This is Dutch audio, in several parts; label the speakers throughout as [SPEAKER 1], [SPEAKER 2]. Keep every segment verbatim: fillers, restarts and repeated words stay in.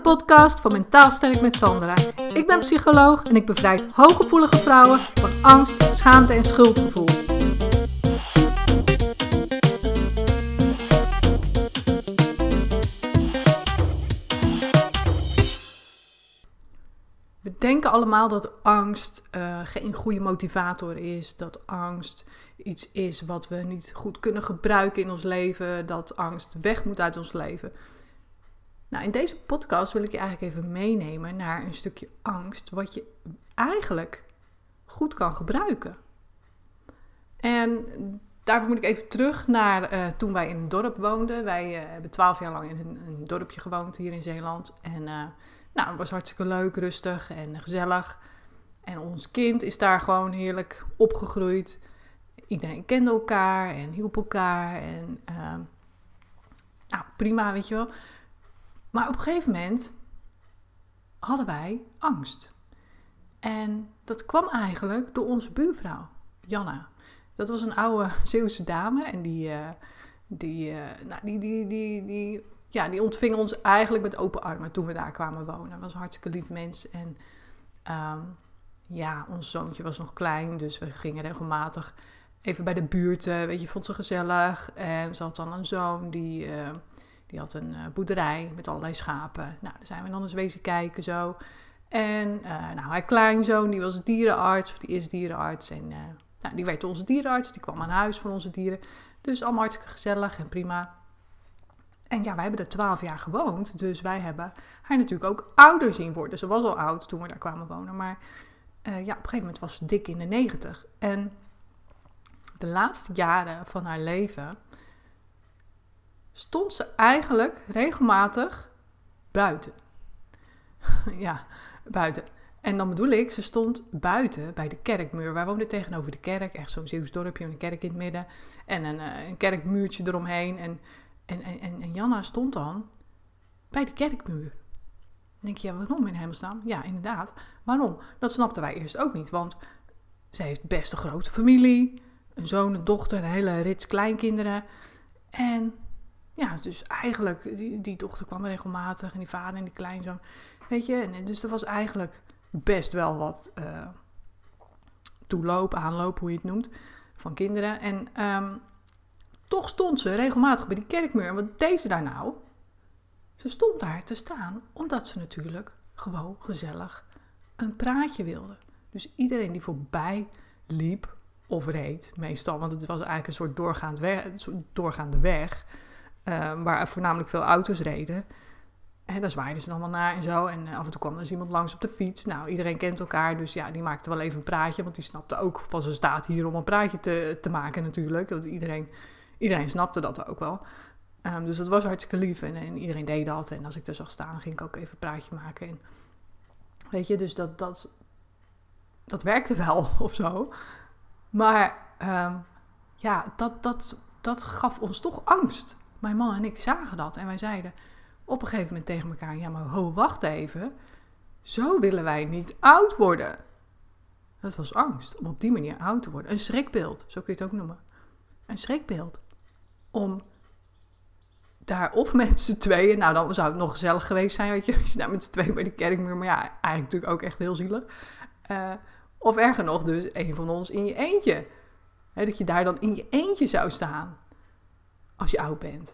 [SPEAKER 1] podcast van Mentaal Sterk met Sandra. Ik ben psycholoog en ik bevrijd hooggevoelige vrouwen van angst, schaamte en schuldgevoel. We denken allemaal dat angst uh, geen goede motivator is, dat angst iets is wat we niet goed kunnen gebruiken in ons leven, dat angst weg moet uit ons leven. Nou, in deze podcast wil ik je eigenlijk even meenemen naar een stukje angst wat je eigenlijk goed kan gebruiken. En daarvoor moet ik even terug naar uh, toen wij in een dorp woonden. Wij uh, hebben twaalf jaar lang in een, een dorpje gewoond hier in Zeeland. En uh, nou, het was hartstikke leuk, rustig en gezellig. En ons kind is daar gewoon heerlijk opgegroeid. Iedereen kende elkaar en hielp elkaar. En uh, nou, prima, weet je wel. Maar op een gegeven moment hadden wij angst. En dat kwam eigenlijk door onze buurvrouw, Janna. Dat was een oude Zeeuwse dame en die, uh, die, uh, nou, die, die, die, die, ja, die ontving ons eigenlijk met open armen toen we daar kwamen wonen. Dat was een hartstikke lief mens. En um, ja, ons zoontje was nog klein, dus we gingen regelmatig even bij de buurt, uh, weet je, vond ze gezellig. En ze had dan een zoon die... Uh, Die had een uh, boerderij met allerlei schapen. Nou, daar zijn we dan eens wezen kijken zo. En uh, nou, haar kleinzoon, die was dierenarts, of die is dierenarts. En uh, nou, die werd onze dierenarts, die kwam aan huis van onze dieren. Dus allemaal hartstikke gezellig en prima. En ja, wij hebben er twaalf jaar gewoond. Dus wij hebben haar natuurlijk ook ouder zien worden. Ze was al oud toen we daar kwamen wonen. Maar uh, ja, op een gegeven moment was ze dik in de negentig. En de laatste jaren van haar leven stond ze eigenlijk regelmatig buiten. ja, buiten. En dan bedoel ik, ze stond buiten bij de kerkmuur. Wij woonden tegenover de kerk, echt zo'n Zeeuws dorpje met een kerk in het midden. En een, een kerkmuurtje eromheen. En, en, en, en Janna stond dan bij de kerkmuur. Dan denk je, ja, waarom in hemelsnaam? Ja, inderdaad. Waarom? Dat snapten wij eerst ook niet, want zij heeft best een grote familie. Een zoon, een dochter, een hele rits kleinkinderen. En ja, dus eigenlijk, die, die dochter kwam regelmatig en die vader en die kleinzoon, weet je. En, dus er was eigenlijk best wel wat uh, toeloop, aanloop, hoe je het noemt, van kinderen. En um, toch stond ze regelmatig bij die kerkmuur. En wat deed ze daar nou? Ze stond daar te staan, omdat ze natuurlijk gewoon gezellig een praatje wilde. Dus iedereen die voorbij liep of reed, meestal, want het was eigenlijk een soort doorgaand weg, een soort doorgaande weg, Uh, waar voornamelijk veel auto's reden. En daar zwaaiden ze dan wel naar en zo. En uh, af en toe kwam er dus iemand langs op de fiets. Nou, iedereen kent elkaar, dus ja, die maakte wel even een praatje. Want die snapte ook van ze staat hier om een praatje te, te maken natuurlijk. Want iedereen, iedereen snapte dat ook wel. Um, dus dat was hartstikke lief en, en iedereen deed dat. En als ik er zag staan, ging ik ook even een praatje maken. En, weet je, dus dat, dat, dat werkte wel of zo. Maar um, ja, dat, dat, dat gaf ons toch angst. Mijn man en ik zagen dat en wij zeiden op een gegeven moment tegen elkaar, ja maar ho, wacht even, zo willen wij niet oud worden. Dat was angst, om op die manier oud te worden. Een schrikbeeld, zo kun je het ook noemen. Een schrikbeeld. Om daar of met z'n tweeën, nou dan zou het nog gezellig geweest zijn, weet je, als je daar met z'n tweeën bij de kerkmuur, maar ja, eigenlijk natuurlijk ook echt heel zielig. Uh, of erger nog dus, een van ons in je eentje. He, dat je daar dan in je eentje zou staan. Als je oud bent.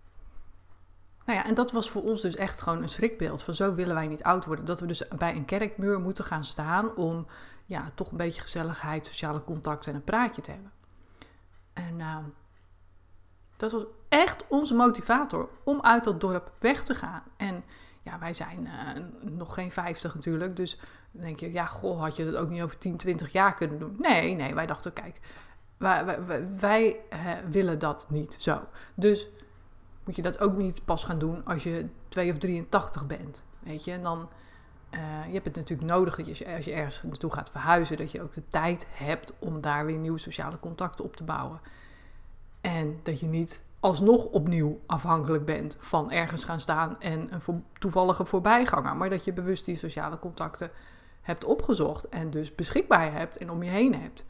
[SPEAKER 1] Nou ja, en dat was voor ons dus echt gewoon een schrikbeeld. Van zo willen wij niet oud worden. Dat we dus bij een kerkmuur moeten gaan staan om ja, toch een beetje gezelligheid, sociale contact en een praatje te hebben. En uh, dat was echt onze motivator om uit dat dorp weg te gaan. En ja, wij zijn uh, nog geen vijftig natuurlijk. Dus dan denk je, ja, goh, had je dat ook niet over tien, twintig jaar kunnen doen? Nee, nee, wij dachten, kijk, Wij, wij, wij uh, willen dat niet zo. Dus moet je dat ook niet pas gaan doen als je twee of drieëntachtig bent. Weet je, en dan, uh, je hebt het natuurlijk nodig dat je, als je ergens naartoe gaat verhuizen, dat je ook de tijd hebt om daar weer nieuwe sociale contacten op te bouwen. En dat je niet alsnog opnieuw afhankelijk bent van ergens gaan staan en een voor, toevallige voorbijganger. Maar dat je bewust die sociale contacten hebt opgezocht en dus beschikbaar hebt en om je heen hebt.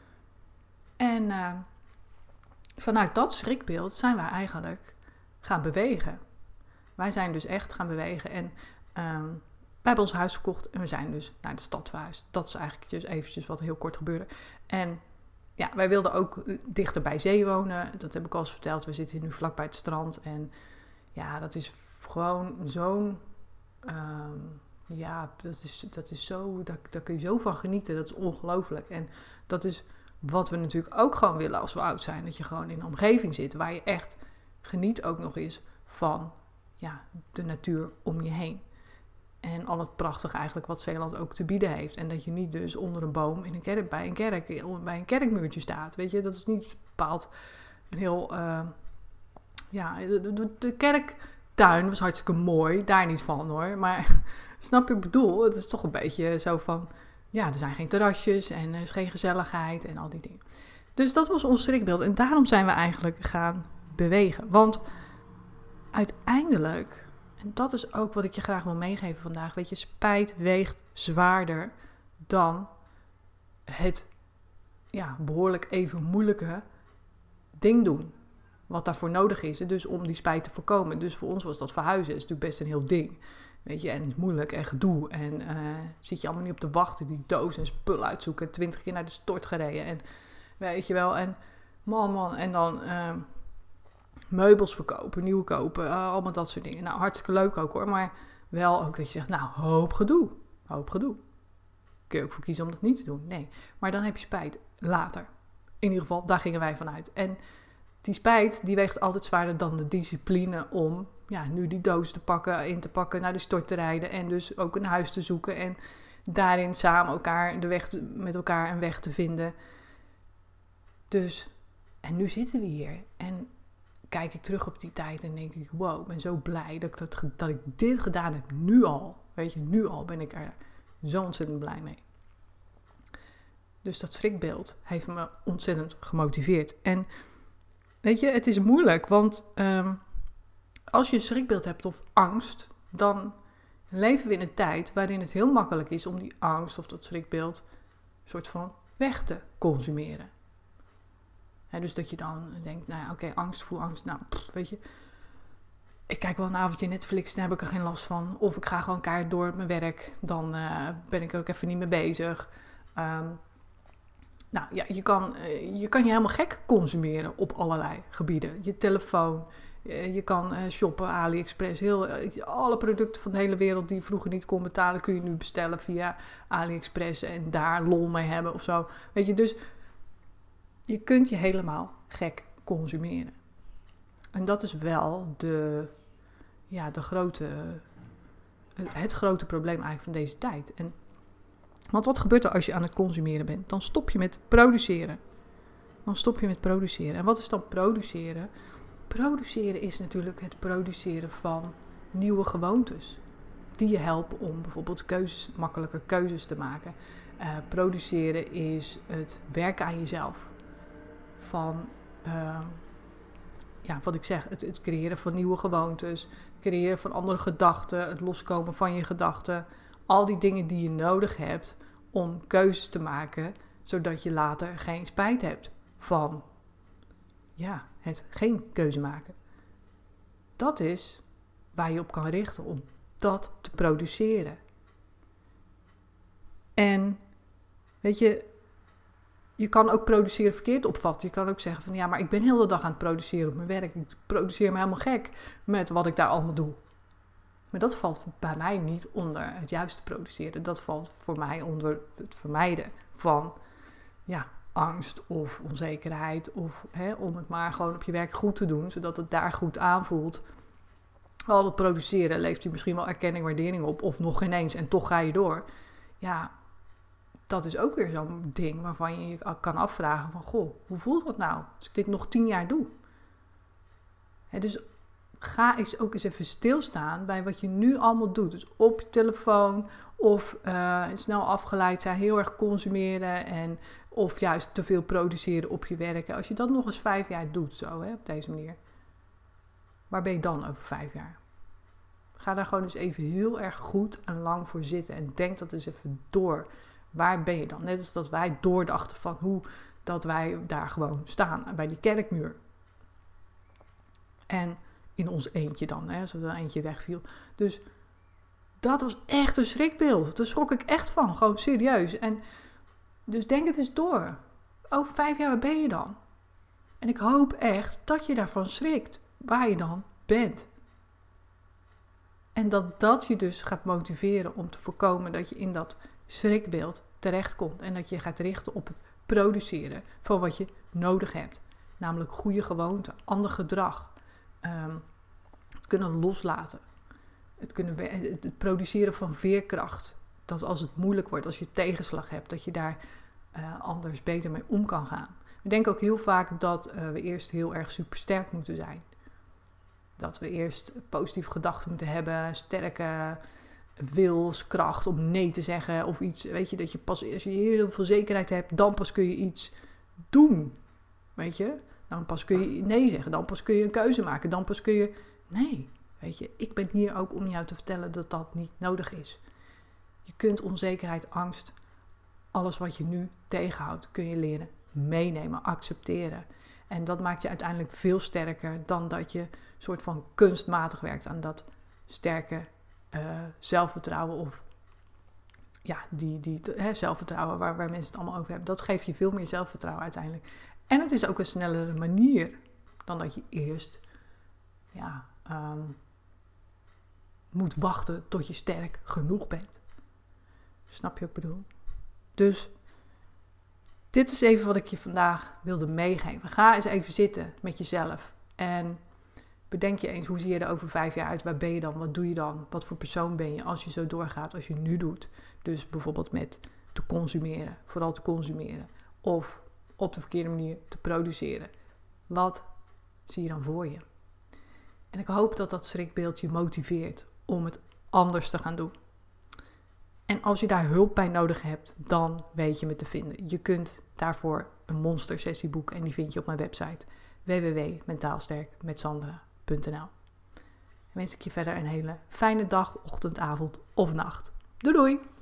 [SPEAKER 1] En uh, vanuit dat schrikbeeld zijn wij eigenlijk gaan bewegen. Wij zijn dus echt gaan bewegen. En Um, we hebben ons huis verkocht en we zijn dus naar de stad verhuisd. Dat is eigenlijk dus eventjes wat heel kort gebeurde. En ja, wij wilden ook dichter bij zee wonen. Dat heb ik al eens verteld. We zitten nu vlakbij het strand. En ja, dat is gewoon zo'n... Um, ja, dat is, dat is zo... Daar, daar kun je zo van genieten. Dat is ongelooflijk. En dat is wat we natuurlijk ook gewoon willen als we oud zijn. Dat je gewoon in een omgeving zit waar je echt geniet ook nog eens van ja, de natuur om je heen. En al het prachtige eigenlijk wat Zeeland ook te bieden heeft. En dat je niet dus onder een boom in een kerk, bij, een kerk, bij een kerkmuurtje staat. Weet je, dat is niet bepaald een heel... Uh, ja, de, de, de kerktuin was hartstikke mooi. Daar niet van hoor. Maar snap je wat ik bedoel? Het is toch een beetje zo van... Ja, er zijn geen terrasjes en er is geen gezelligheid en al die dingen. Dus dat was ons schrikbeeld. En daarom zijn we eigenlijk gaan bewegen. Want uiteindelijk... En dat is ook wat ik je graag wil meegeven vandaag. Weet je, spijt weegt zwaarder dan het ja, behoorlijk even moeilijke ding doen. Wat daarvoor nodig is. Dus om die spijt te voorkomen. Dus voor ons was dat verhuizen. Dat is natuurlijk best een heel ding. Weet je, en het is moeilijk en gedoe. En uh, zit je allemaal niet op te wachten. Die doos en spullen uitzoeken. Twintig keer naar de stort gereden. En weet je wel. En man, man. En dan... Uh, meubels verkopen, nieuwe kopen, uh, allemaal dat soort dingen. Nou, hartstikke leuk ook hoor, maar wel ook dat je zegt, nou, hoop gedoe, hoop gedoe. Kun je ook voor kiezen om dat niet te doen? Nee, maar dan heb je spijt later. In ieder geval, daar gingen wij vanuit. En die spijt, die weegt altijd zwaarder dan de discipline om, ja, nu die doos te pakken, in te pakken, naar de stort te rijden en dus ook een huis te zoeken en daarin samen elkaar de weg te, met elkaar een weg te vinden. Dus, en nu zitten we hier en kijk ik terug op die tijd en denk ik, wow, ik ben zo blij dat ik, dat, dat ik dit gedaan heb. Nu al, weet je, nu al ben ik er zo ontzettend blij mee. Dus dat schrikbeeld heeft me ontzettend gemotiveerd. En weet je, het is moeilijk, want um, als je een schrikbeeld hebt of angst, dan leven we in een tijd waarin het heel makkelijk is om die angst of dat schrikbeeld soort van weg te consumeren. He, dus dat je dan denkt, nou ja, oké, okay, angst, voel angst. Nou, pff, weet je, ik kijk wel een avondje Netflix, daar heb ik er geen last van. Of ik ga gewoon keihard door met mijn werk, dan uh, ben ik er ook even niet mee bezig. Um, nou ja, je kan, uh, je kan je helemaal gek consumeren op allerlei gebieden. Je telefoon, uh, je kan uh, shoppen, AliExpress. Heel, uh, alle producten van de hele wereld die je vroeger niet kon betalen, kun je nu bestellen via AliExpress en daar lol mee hebben of zo. Weet je, dus... Je kunt je helemaal gek consumeren. En dat is wel de, ja, de grote, het grote probleem eigenlijk van deze tijd. En, want wat gebeurt er als je aan het consumeren bent? Dan stop je met produceren. Dan stop je met produceren. En wat is dan produceren? Produceren is natuurlijk het produceren van nieuwe gewoontes. Die je helpen om bijvoorbeeld keuzes, makkelijker keuzes te maken. Uh, produceren is het werken aan jezelf. Van, uh, ja, wat ik zeg, het, het creëren van nieuwe gewoontes, het creëren van andere gedachten, het loskomen van je gedachten. Al die dingen die je nodig hebt om keuzes te maken, zodat je later geen spijt hebt van, ja, het geen keuze maken. Dat is waar je op kan richten om dat te produceren. En, weet je... Je kan ook produceren verkeerd opvatten. Je kan ook zeggen van ja, maar ik ben heel de dag aan het produceren op mijn werk. Ik produceer me helemaal gek met wat ik daar allemaal doe. Maar dat valt bij mij niet onder het juiste produceren. Dat valt voor mij onder het vermijden van ja, angst of onzekerheid. Of hè, om het maar gewoon op je werk goed te doen, zodat het daar goed aanvoelt. Al dat produceren levert je misschien wel erkenning, waardering op. Of nog geen eens en toch ga je door. Ja, dat is ook weer zo'n ding waarvan je je kan afvragen van... Goh, hoe voelt dat nou als ik dit nog tien jaar doe? He, dus ga eens ook eens even stilstaan bij wat je nu allemaal doet. Dus op je telefoon of uh, snel afgeleid zijn, heel erg consumeren... en of juist te veel produceren op je werk. Als je dat nog eens vijf jaar doet zo, hè, op deze manier... waar ben je dan over vijf jaar? Ga daar gewoon eens even heel erg goed en lang voor zitten en denk dat eens even door... Waar ben je dan? Net als dat wij doordachten van hoe dat wij daar gewoon staan bij die kerkmuur. En in ons eentje dan, hè, als er eentje wegviel. Dus dat was echt een schrikbeeld. Daar schrok ik echt van, gewoon serieus. En dus denk het eens door. Over vijf jaar, waar ben je dan? En ik hoop echt dat je daarvan schrikt, waar je dan bent. En dat dat je dus gaat motiveren om te voorkomen dat je in dat schrikbeeld terechtkomt. En dat je gaat richten op het produceren van wat je nodig hebt. Namelijk goede gewoonten, ander gedrag. Um, het kunnen loslaten. Het, kunnen, het produceren van veerkracht. Dat als het moeilijk wordt, als je tegenslag hebt, dat je daar uh, anders beter mee om kan gaan. We denken ook heel vaak dat uh, we eerst heel erg supersterk moeten zijn. Dat we eerst positieve gedachten moeten hebben, sterke wilskracht om nee te zeggen of iets. Weet je, dat je pas als je heel veel zekerheid hebt, dan pas kun je iets doen. Weet je, dan pas kun je nee zeggen, dan pas kun je een keuze maken, dan pas kun je nee. Weet je, ik ben hier ook om jou te vertellen dat dat niet nodig is. Je kunt onzekerheid, angst, alles wat je nu tegenhoudt, kun je leren meenemen, accepteren. En dat maakt je uiteindelijk veel sterker dan dat je soort van kunstmatig werkt aan dat sterke uh, zelfvertrouwen of ja, die, die hè, zelfvertrouwen waar, waar mensen het allemaal over hebben. Dat geeft je veel meer zelfvertrouwen uiteindelijk. En het is ook een snellere manier dan dat je eerst ja, um, moet wachten tot je sterk genoeg bent. Snap je wat ik bedoel? Dus dit is even wat ik je vandaag wilde meegeven. Ga eens even zitten met jezelf. En bedenk je eens, hoe zie je er over vijf jaar uit? Waar ben je dan? Wat doe je dan? Wat voor persoon ben je als je zo doorgaat als je nu doet? Dus bijvoorbeeld met te consumeren. Vooral te consumeren. Of op de verkeerde manier te produceren. Wat zie je dan voor je? En ik hoop dat dat schrikbeeld je motiveert om het anders te gaan doen. En als je daar hulp bij nodig hebt, dan weet je me te vinden. Je kunt daarvoor een monstersessie boeken en die vind je op mijn website w w w punt mentaalsterk met sandra punt n l. En wens ik je verder een hele fijne dag, ochtend, avond of nacht. Doei doei!